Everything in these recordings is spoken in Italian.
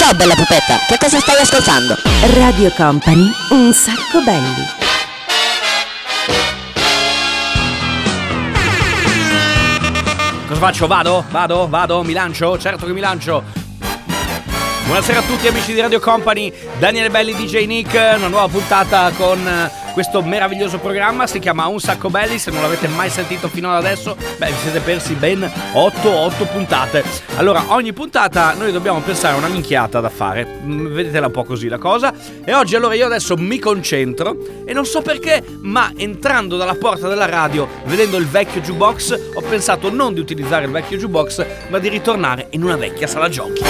Ciao bella pupetta, che cosa stai ascoltando? Radio Company, un sacco belli. Cosa faccio? Vado? Mi lancio? Certo che mi lancio. Buonasera a tutti amici di Radio Company, Daniele Belli, DJ Nick, una nuova puntata con questo meraviglioso programma, si chiama Un Sacco Belli, se non l'avete mai sentito fino ad adesso, vi siete persi ben 8 puntate. Allora, ogni puntata noi dobbiamo pensare a una minchiata da fare, vedetela un po' così la cosa, e oggi allora io adesso mi concentro e non so perché, ma entrando dalla porta della radio, vedendo il vecchio jukebox, ho pensato non di utilizzare il vecchio jukebox, ma di ritornare in una vecchia sala giochi.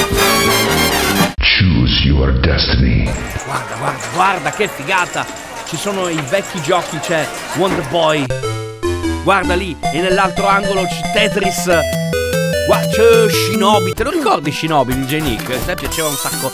Choose your destiny. Guarda che figata! Ci sono i vecchi giochi, c'è Wonder Boy. Guarda lì, e nell'altro angolo c'è Tetris. Guarda, c'è Shinobi. Te lo ricordi Shinobi, DJ Nick? A te piaceva un sacco.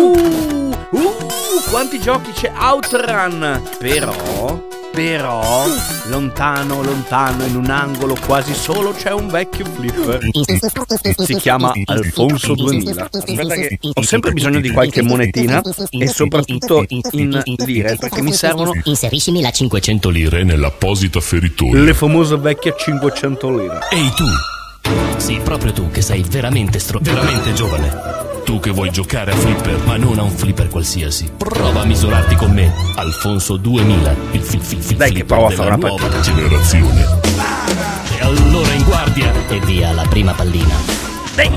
Quanti giochi c'è? Outrun. Però, lontano, in un angolo quasi solo c'è un vecchio flipper. Si chiama Alfonso 2000. Aspetta che ho sempre bisogno di qualche monetina e soprattutto in lire, perché mi servono. Inseriscimi la 500 lire nell'apposita feritoia. Le famose vecchie 500 lire. Ehi tu! Sì, proprio tu che sei veramente giovane. Tu che vuoi giocare a flipper, ma non a un flipper qualsiasi. Prova a misurarti con me, Alfonso 2000, il Dai che provo a fare una nuova generazione. E allora in guardia e via la prima pallina. Dai.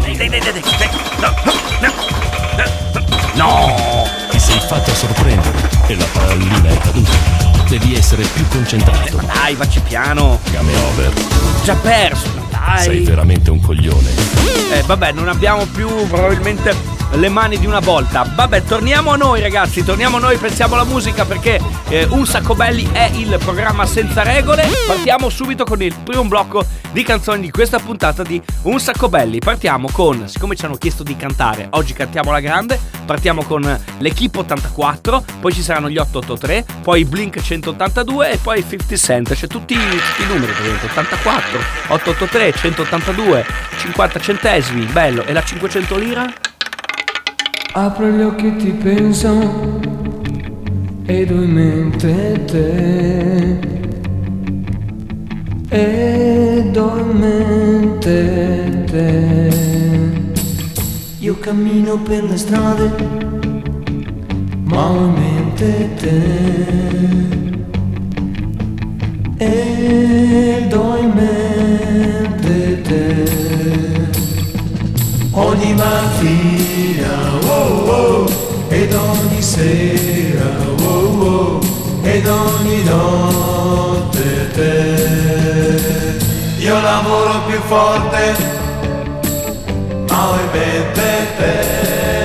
No! Ti sei fatto sorprendere e la pallina è caduta. Devi essere più concentrato. Dai, facci piano. Game over. Già perso. Dai. Sei veramente un coglione. Vabbè, non abbiamo più probabilmente le mani di una volta. Vabbè, torniamo a noi ragazzi, pensiamo alla musica perché Un Sacco Belli è il programma senza regole. Partiamo subito con il primo blocco di canzoni di questa puntata di Un Sacco Belli. Partiamo con, siccome ci hanno chiesto di cantare, oggi cantiamo alla grande, partiamo con l'Equipe 84, poi ci saranno gli 883, poi Blink 182 e poi 50 Cent, cioè tutti i numeri praticamente, 84, 883, 182, 50 centesimi, bello, e la 500 lira? Apro gli occhi e ti penso ed ho in mente te, ed ho in mente te. Io cammino per le strade ma ho in mente te, ed ho in mente te. Ogni mattina, ed ogni sera, ed ogni notte te. Io lavoro più forte, ma ho in mente te.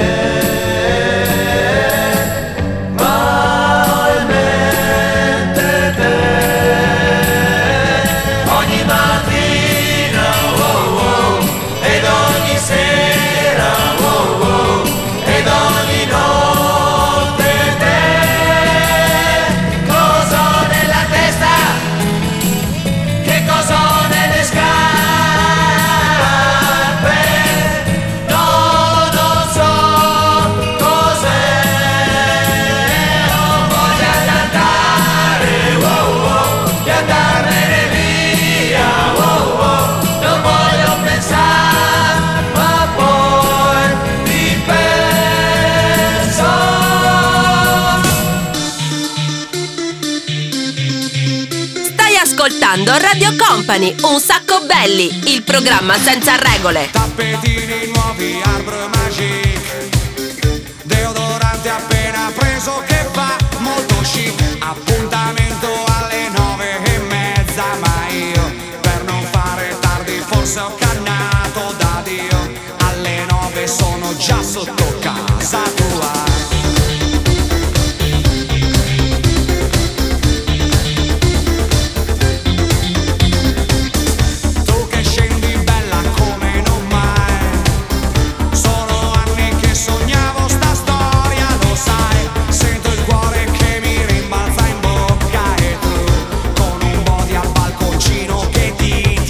Ascoltando Radio Company, Un Sacco Belli, il programma senza regole. Tappetini nuovi, Arbre Magique, deodorante appena preso che fa molto chic. Appuntamento alle 9:30, ma io per non fare tardi forse ho cannato da Dio. Alle 9 sono già sotto casa tua.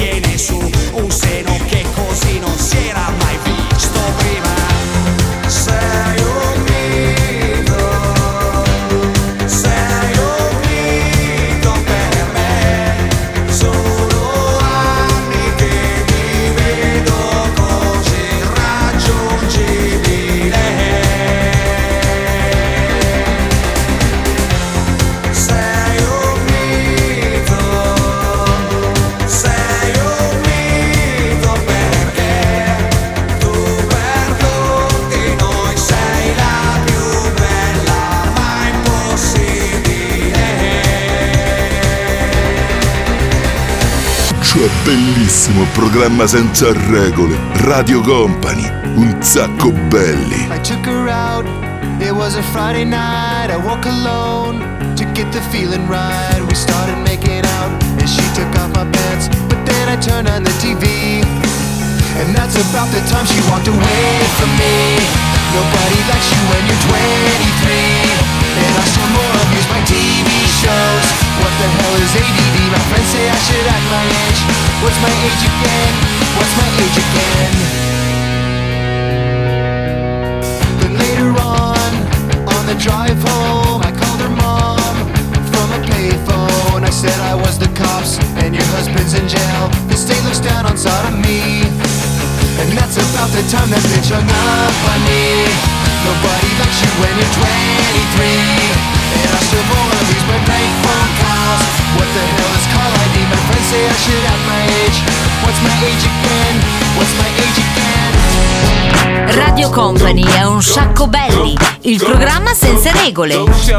Un seno che così non si era mai visto prima. è bellissimo, programma senza regole. Radio Company, un sacco belli. I took her out, it was a Friday night. I woke alone to get the feeling right. We started making out and she took off my pants, but then I turned on the TV, and that's about the time she walked away from me. Nobody likes you when you're 23, and I still more abuse my TV shows. What the hell is ADD? My friends say I should act my age. What's my age again? What's my age again? Then later on the drive home, I called her mom from a payphone. I said I was the cops and your husband's in jail. The state looks down on sodomy, and that's about the time that bitch hung up on me. Nobody likes you when you're 23, and I still wanna lose my bank phone calls. What the hell is call ID? My friends say I should have my age. What's my age again? What's my age again? Radio Company è un sacco belli, il programma senza regole.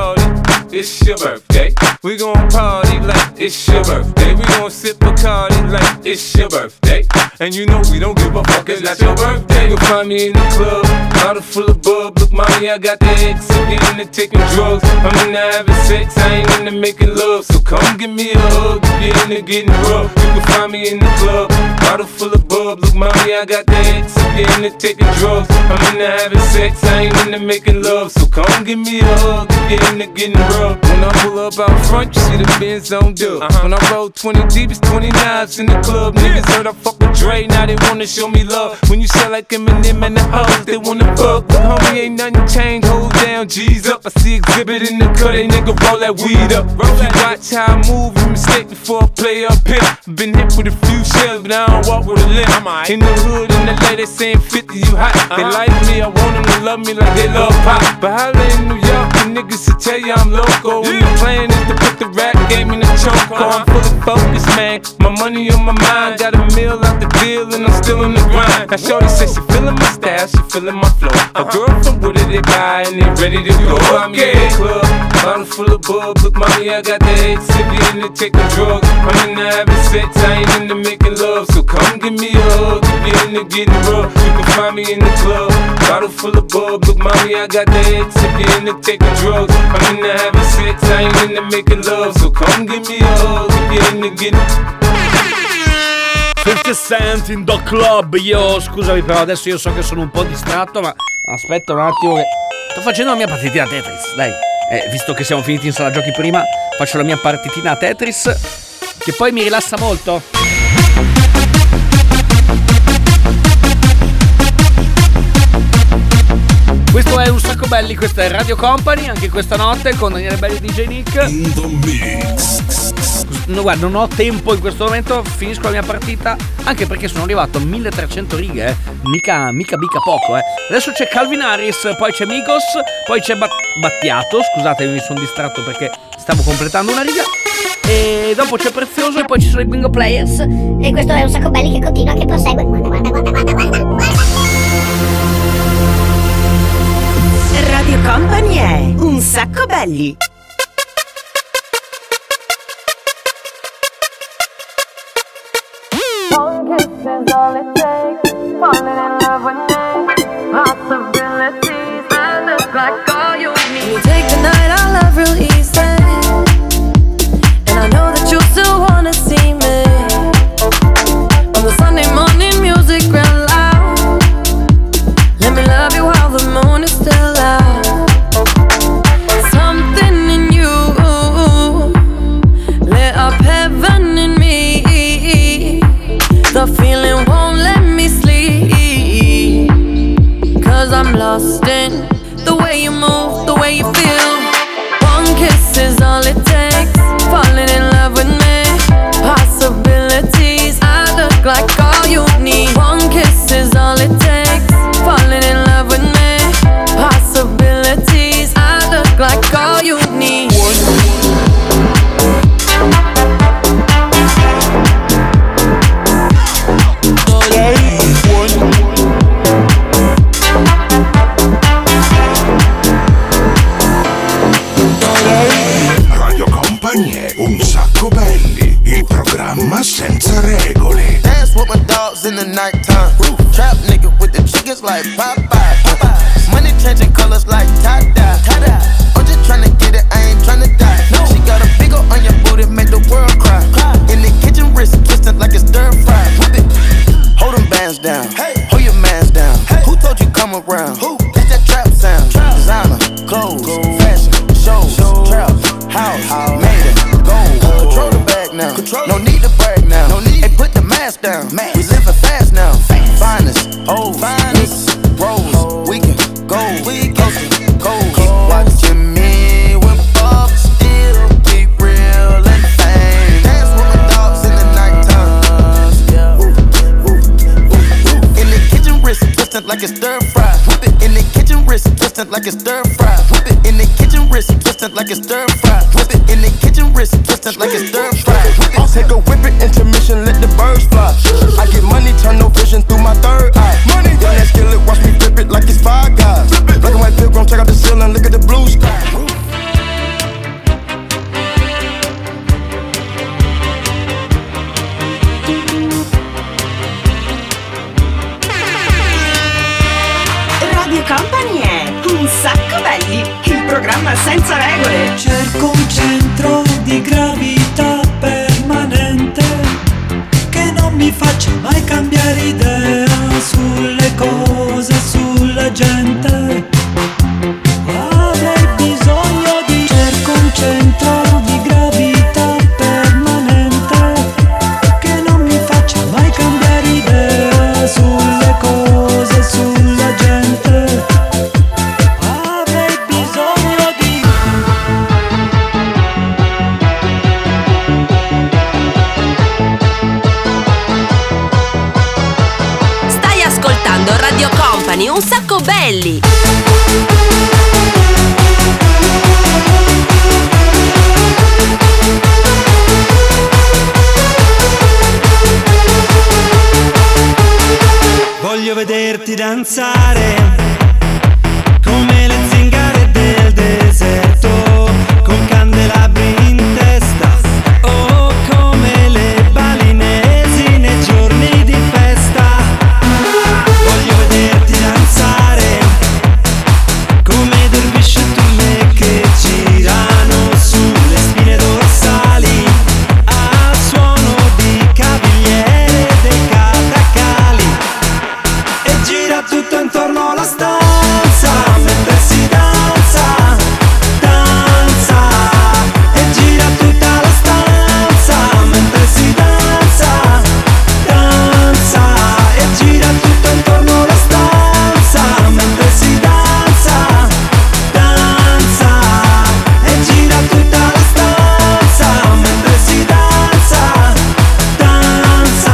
It's your birthday. We gon' party like it's your birthday. We gon' sip Bacardi like it's your birthday. And you know we don't give a fuck, it's not your birthday. You'll find me in the club, bottle full of bub. Look, mommy, I got the X, I'm into taking drugs. I'm into having sex, I ain't into making love. So come give me a hug if you're into getting rough. You can find me in the club, bottle full of bub. Look, mommy, I got the X, I'm into taking drugs. I'm into having sex, I ain't into making love. So come give me a hug if you're into getting rough. When I pull up out front, you see the Benz on dub. When I roll 20 deep, it's 20 knives in the club. Niggas heard I fuck with Dre, now they wanna show me love. When you sell like Eminem and the hoes, they wanna fuck. But homie, ain't nothing changed, hold down, G's up. I see exhibit in the cut, they nigga roll that weed up. If you watch how I move, you mistake before I play up here. Been hit with a few shells, but I don't walk with a limp. In the hood, in the LA, they saying 50, you hot. They like me, I want them to love me like they love pop. But holla in New York, the niggas will tell you I'm loco. When the plan is to put the rap game in the choke. I'm fully focused, man. My money on my mind. Got a meal out the deal and I'm still in the grind. Now shorty says she feeling my style, she feeling my flow. A girl from Wooded, they buy and they ready to go. I'm in the club, bottle full of bub. Look, mommy, I got the X, if you into taking drugs. I'm into having sex, I ain't into making love. So come give me a hug if you're into getting rough. You can find me in the club, bottle full of bub. Look, mommy, I got the X, if you're into taking drugs. I'm into having sex, I ain't into making love. So come give me a hug if you're into getting 50 Cent in The Club. Io scusami, però adesso io so che sono un po' distratto, ma aspetta un attimo che sto facendo la mia partitina a Tetris. Dai, visto che siamo finiti in sala giochi prima, faccio la mia partitina a Tetris, che poi mi rilassa molto. Questo è Un Sacco Belli, questa è Radio Company, anche questa notte con Daniele Belli e DJ Nick. In the mix. No, guarda, non ho tempo in questo momento, finisco la mia partita, anche perché sono arrivato a 1300 righe, mica poco, Adesso c'è Calvin Harris, poi c'è Migos, poi c'è Battiato, scusate, mi sono distratto perché stavo completando una riga, e dopo c'è Prezioso e poi ci sono i Bingo Players. E questo è Un Sacco Belli che continua, che prosegue. Guarda. Radio Company è Un Sacco Belli. One kiss is all it takes. Falling in love with me. Possibilities that look like all you need. You take the night I love real easy, and I know that you still wanna see me. On the Sunday morning music real loud. Let me love you while the moon is still out. Something in you lit up heaven in me. The feeling won't let me sleep, 'cause I'm lost in the way you move, the way you feel. One kiss is all it takes. Falling in love with me. Possibilities, I look like all you need. One kiss is all it takes. Falling in love with me. Possibilities, I look like all you need. Trap nigga with the chickens like Popeye. Money changing colors like tie-dye. I'm just tryna get it, I ain't tryna die. She got a big ol' on your booty, make the world cry. In the kitchen, wrist twisting like it's stir fry. Hold them bands down, hold your mans down. Who told you come around? That's that trap sound. Designer, clothes, fashion, shows, trap, house, made it, gold. Control the bag now, no need to brag now. Hey, put the mask down, we living fast now. Finest, old, finest, rose, we can go, coast, keep watching me whip up, still keep real and fame. Dance with my dogs in the nighttime. In the kitchen, wrist twisted like it's stir fry. Whip it in the kitchen, wrist twisted like it's stir fry. Whip it in the kitchen, wrist twisted like it's stir fry. Whip it in the kitchen, wrist twisted like it's stir fry. I'll take a whip it, intermission, let the birds fly. I get money, turn no vision through my third eye. Money, young that skillet, watch me flip it like it's Five Guys. Black and white pilgrim, check out the ceiling, look at the blue sky. Radio Company è Un Sacco Belli, il programma senza regole. Cerco un centro di gravità permanente che non mi faccia mai cambiare idea sulle cose, sulla gente. Avrei bisogno di cerco un centro di gravità permanente che non mi faccia mai cambiare idea sulle cose, sulla gente. Avrei bisogno di Stai ascoltando Radio Company, Un Sacco Belli. Voglio vederti danzare come le zingare del deserto, con candelabri in testa, o come le balinesi nei giorni di festa. Voglio vederti danzare come dervisci e turme che girano sulle spine dorsali al suono di cavigliere dei catacali. E gira tutto intorno alla stanza mentre si danza, danza. E gira tutta la stanza mentre si danza, danza. E gira tutto intorno alla stanza mentre si danza, danza. E gira tutta la stanza mentre si danza, danza.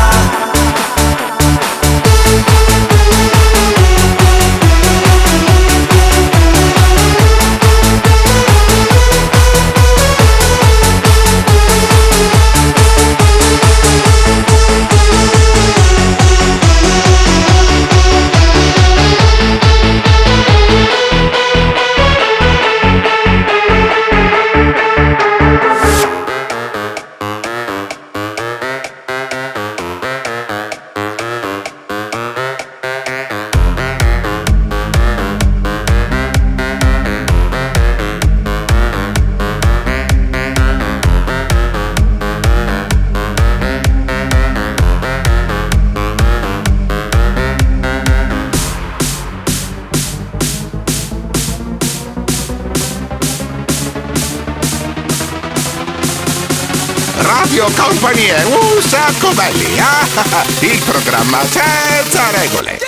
Radio Company è Un Sacco Belli, il programma senza regole.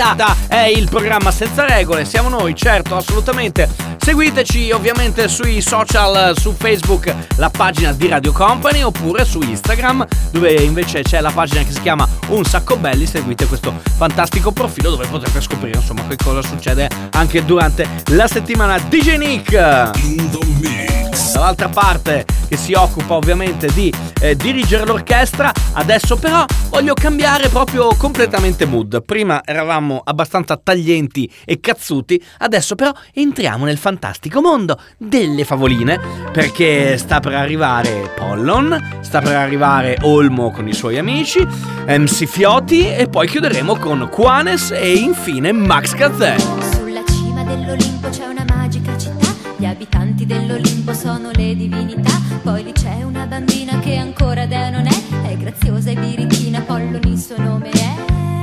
puntata è il programma senza regole. Siamo noi, certo, assolutamente. Seguiteci ovviamente sui social, su Facebook, la pagina di Radio Company, oppure su Instagram, dove invece c'è la pagina che si chiama Un Sacco Belli. Seguite questo fantastico profilo dove potrete scoprire insomma che cosa succede anche durante la settimana. DJ Nick dall'altra parte, che si occupa ovviamente di dirigere l'orchestra. Adesso però voglio cambiare proprio completamente mood. Prima eravamo abbastanza taglienti e cazzuti, adesso però entriamo nel fantastico mondo delle favoline, perché sta per arrivare Pollon, sta per arrivare Olmo con i suoi amici, MC Fioti, e poi chiuderemo con Quanes e infine Max Gazzè. Sulla cima dell'Olimpo c'è una magica città, gli abitanti dell'Olimpo sono le divinità. Poi lì c'è una bambina che ancora dea non è graziosa e birichina, Pollon il suo nome è.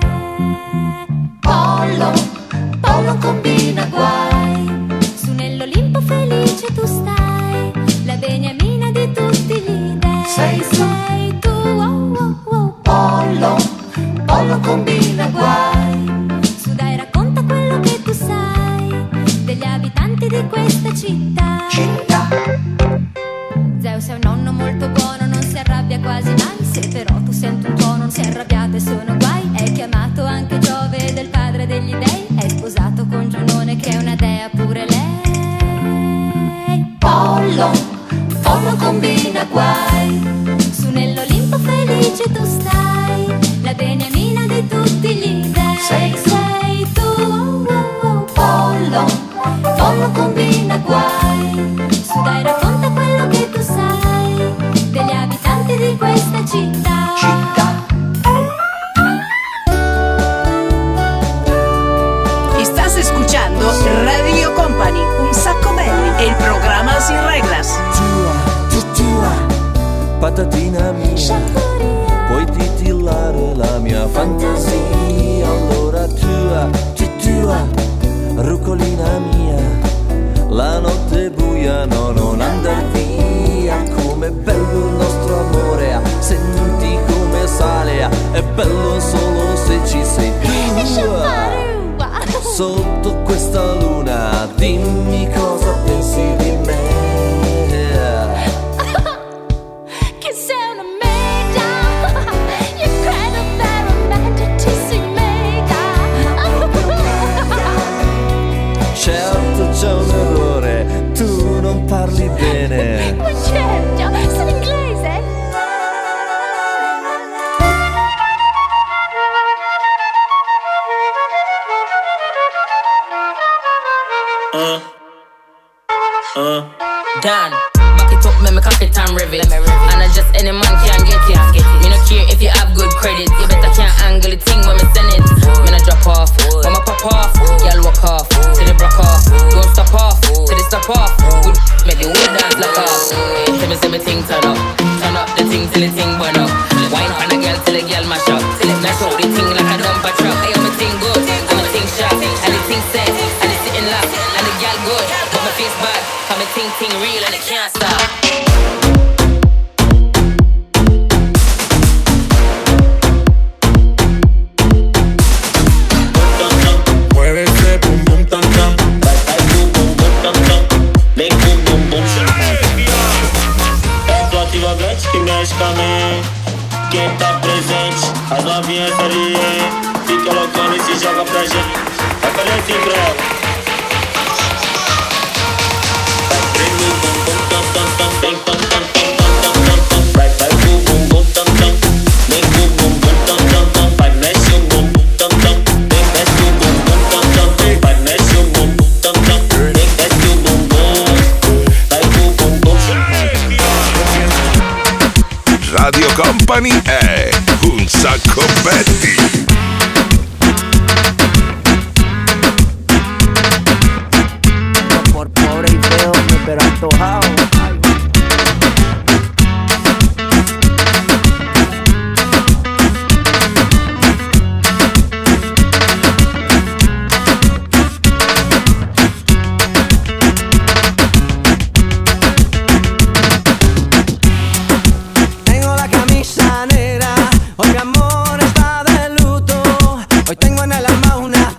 Pollon combina guai, su nell'Olimpo felice tu stai, la beniamina di tutti gli dei. Sei tu, oh, oh, oh. Pollon combina guai, su dai racconta quello che tu sai degli abitanti di questa città. Zeus è un nonno molto buono, non si arrabbia quasi mai, se però tu senti un tuono non si arrabbiate, sono guai. È chiamato anche Giove, del padre degli dei, è sposato con Giunone che è una dea pure lei. Pollon combina guai, su nell'Olimpo felice tu stai, la beniamina di tutti gli dei. Sei tu, oh, oh, oh. Pollon combina guai, su dai racconta quello che tu sai degli abitanti di questa città. Estás escuchando Radio Company, Un Sacco Belli, el programa sin reglas. Patatina mia, puoi titillare la mia fantasia. Allora tua, rucolina mia, la notte buia, no, non andar via. Com'è bello il nostro amore, senti come sale, è bello solo se ci sei tu. Sotto questa luna, dimmi cosa pensi di me. Che sei una media, io credo veramente ci si media. Certo c'è un errore, tu non parli bene. Ma certo, sono inglese. Dan, back it up, make me cock it and rev it. And I just any man can get it. Me no care if you have good credit. You better can't angle the thing when me send it. Me no drop off, when me pop off. Y'all walk off, till they broke off. Don't stop off, till they stop off. Good, make the whole dance lock off. Tell me say me thing turn up the thing till the thing burn up. Wine on a girl till the girl mash up. Mash up the thing like a dumper truck. Hey, I'm a thing good, I'm a thing sharp, and the thing set, and it's sitting locked, and the girl good, but my face bad. I'm a ting real and it can't stop. Mueve ese bum bum tam tam, bum bum bum tam tam, make bum bum bum. É tua ativagante que mexe com a mente. Quem tá presente, as novinhas ali, fica loucona e se joga pra gente. Vai fazer assim pra ela. Radio Company è Un Sacco Belli. Por pobre y feo, pero antojado. Tengo la camisa negra, hoy mi amor está de luto. Hoy tengo en el alma una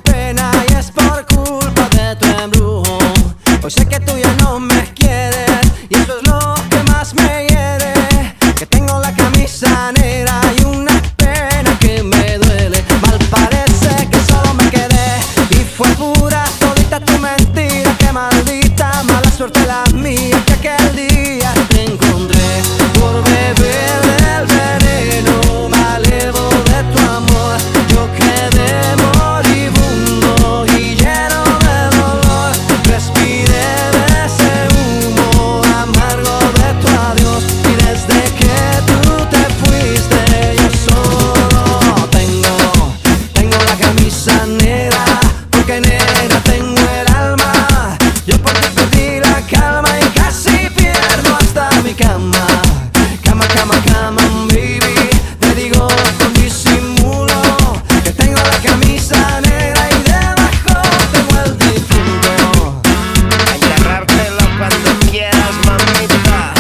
suerte la mía que aquel día te encontré por beber del veneno malevo de tu amor. Yo quedé moribundo y lleno de dolor. Respiré de ese humo amargo de tu adiós. Y desde que tú te fuiste yo solo tengo la camisa negra, porque negra tengo el alma. Yo por ti perdí la calma y casi pierdo hasta mi cama. Cama, cama, cama, baby. Te digo con disimulo que tengo la camisa negra y debajo tengo el difunto. Agarrártelo cuando quieras, mamita.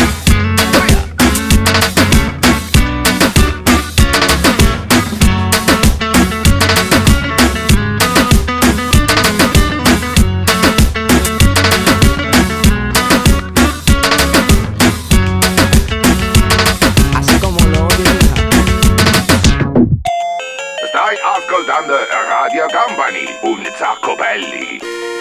Así como lo diga. Stai ascoltando Radio Company, un sacco belli.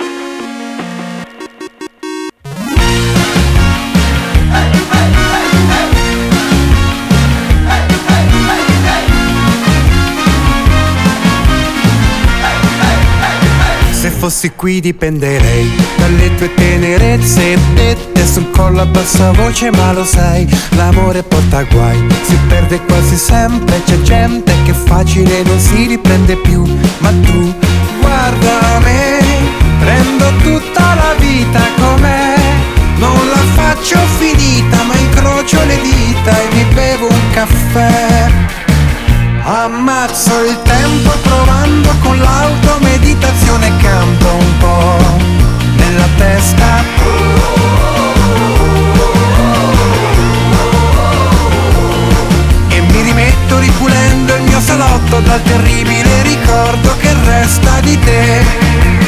Se fossi qui dipenderei dalle tue tenerezze dette sul collo a bassa voce, ma lo sai, l'amore porta guai, si perde quasi sempre, c'è gente che facile non si riprende più, ma tu guarda me, prendo tutta la vita com'è, non la faccio finita, ma incrocio le dita e mi bevo un caffè. Ammazzo il tempo provando con l'automeditazione, canto un po' nella testa. E mi rimetto ripulendo il mio salotto dal terribile ricordo che resta di te.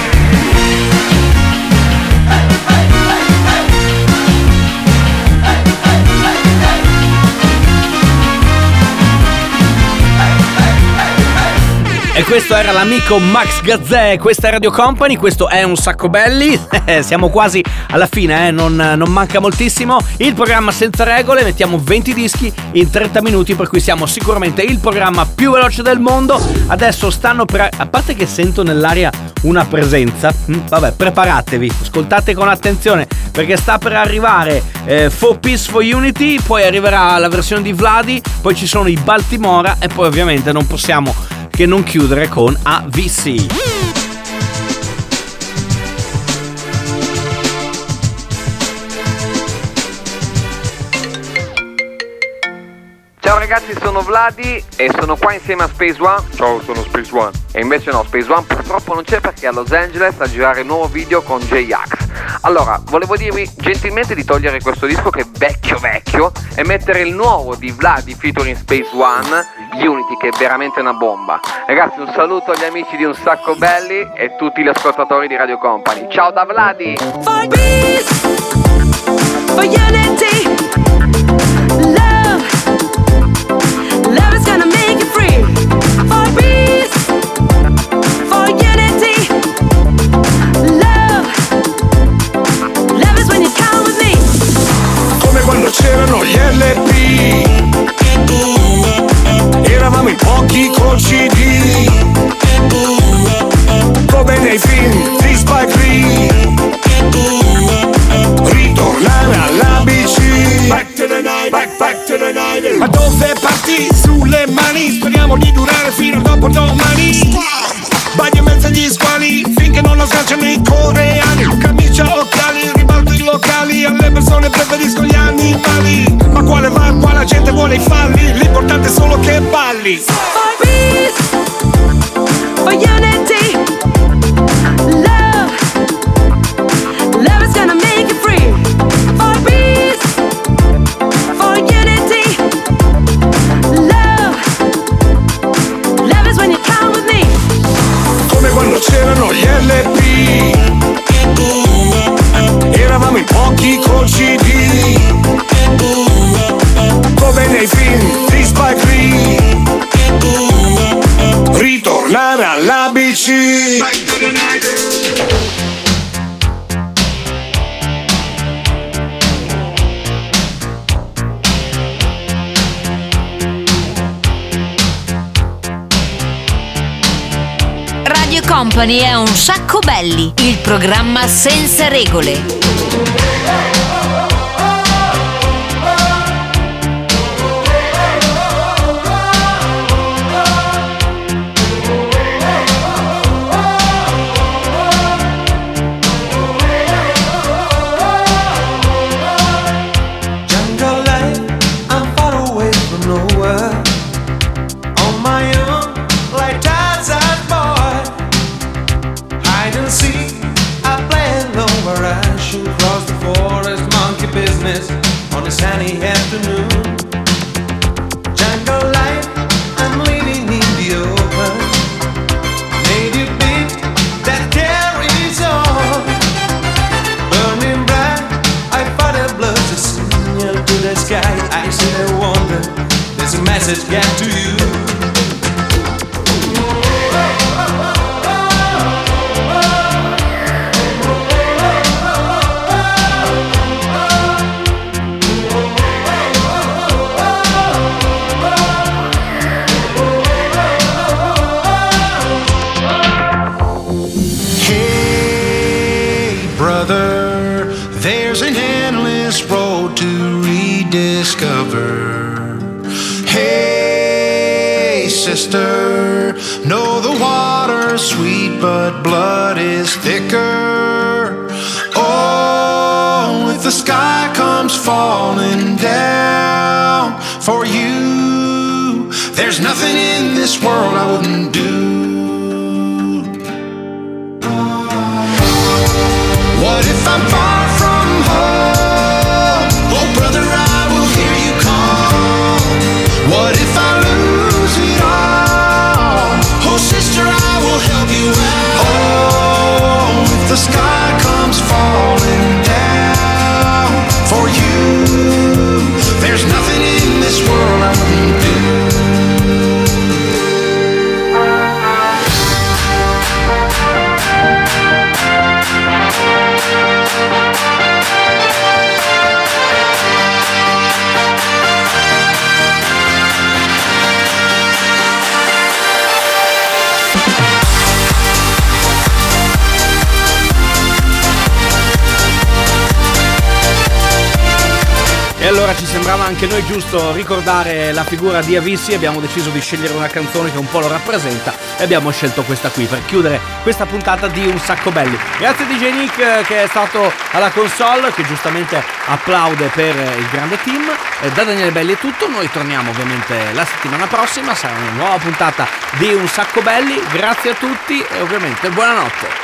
E questo era l'amico Max Gazzè, questa è Radio Company, questo è Un Sacco Belli, siamo quasi alla fine, non manca moltissimo, il programma senza regole, mettiamo 20 dischi in 30 minuti, per cui siamo sicuramente il programma più veloce del mondo. Adesso stanno per, a parte che sento nell'aria una presenza, vabbè, preparatevi, ascoltate con attenzione, perché sta per arrivare For Peace, For Unity, poi arriverà la versione di Vladi, poi ci sono i Baltimora e poi ovviamente non possiamo che non chiudere con AVC. Ciao ragazzi, sono Vladi e sono qua insieme a Space One. Ciao, sono Space One. E invece no, Space One purtroppo non c'è perché è a Los Angeles a girare il nuovo video con J-Ax. Allora, volevo dirvi gentilmente di togliere questo disco che è vecchio e mettere il nuovo di Vladi featuring Space One, Unity, che è veramente una bomba. Ragazzi, un saluto agli amici di Un Sacco Belli e tutti gli ascoltatori di Radio Company. Ciao da Vladi! For peace, for unity, love is gonna make you free. For peace, for unity, love is when you come with me. Come quando c'erano gli LP, eravamo in pochi col CD, come nei film di Spike Lee, ritornare all'ABC. Back to the night, back to the night. Ma dove parti? Sulle mani, speriamo di durare fino a dopo domani. Bagno in mezzo agli squali, finché non lo sganciano i coreani. Camicia, occhiali, ribalto i locali, alle persone preferisco gli animali. Ma quale va qua, la gente vuole i falli, l'importante è solo che balli. For peace, for unity, love is gonna make you free. For peace, for unity, love is when you come with me. Come quando c'erano gli LP, eravamo in pochi col CD, come nei film di Spike Lee, ritornare all'ABC. Company è Un Sacco Belli, il programma senza regole. On a sunny afternoon, jungle life, I'm living in the open. Native beat that carries on, burning bright. I find a blood to signal to the sky. I sit and wonder, there's a message get to you. Hey sister, know the water's sweet but blood is thicker. Oh, if the sky comes falling down for you, there's nothing in this world I wouldn't do. What if I'm far from home? Oh brother, I will hear you call. What if I lose it all? Oh sister, I will help you out. Oh, if the sky comes falling down for you, there's nothing in this world I wouldn't do. E allora ci sembrava anche noi giusto ricordare la figura di Avissi. Abbiamo deciso di scegliere una canzone che un po' lo rappresenta e abbiamo scelto questa qui per chiudere questa puntata di Un Sacco Belli. Grazie a DJ Nick che è stato alla console, che giustamente applaude per il grande team. Da Daniele Belli è tutto, noi torniamo ovviamente la settimana prossima, sarà una nuova puntata di Un Sacco Belli. Grazie a tutti e ovviamente buonanotte.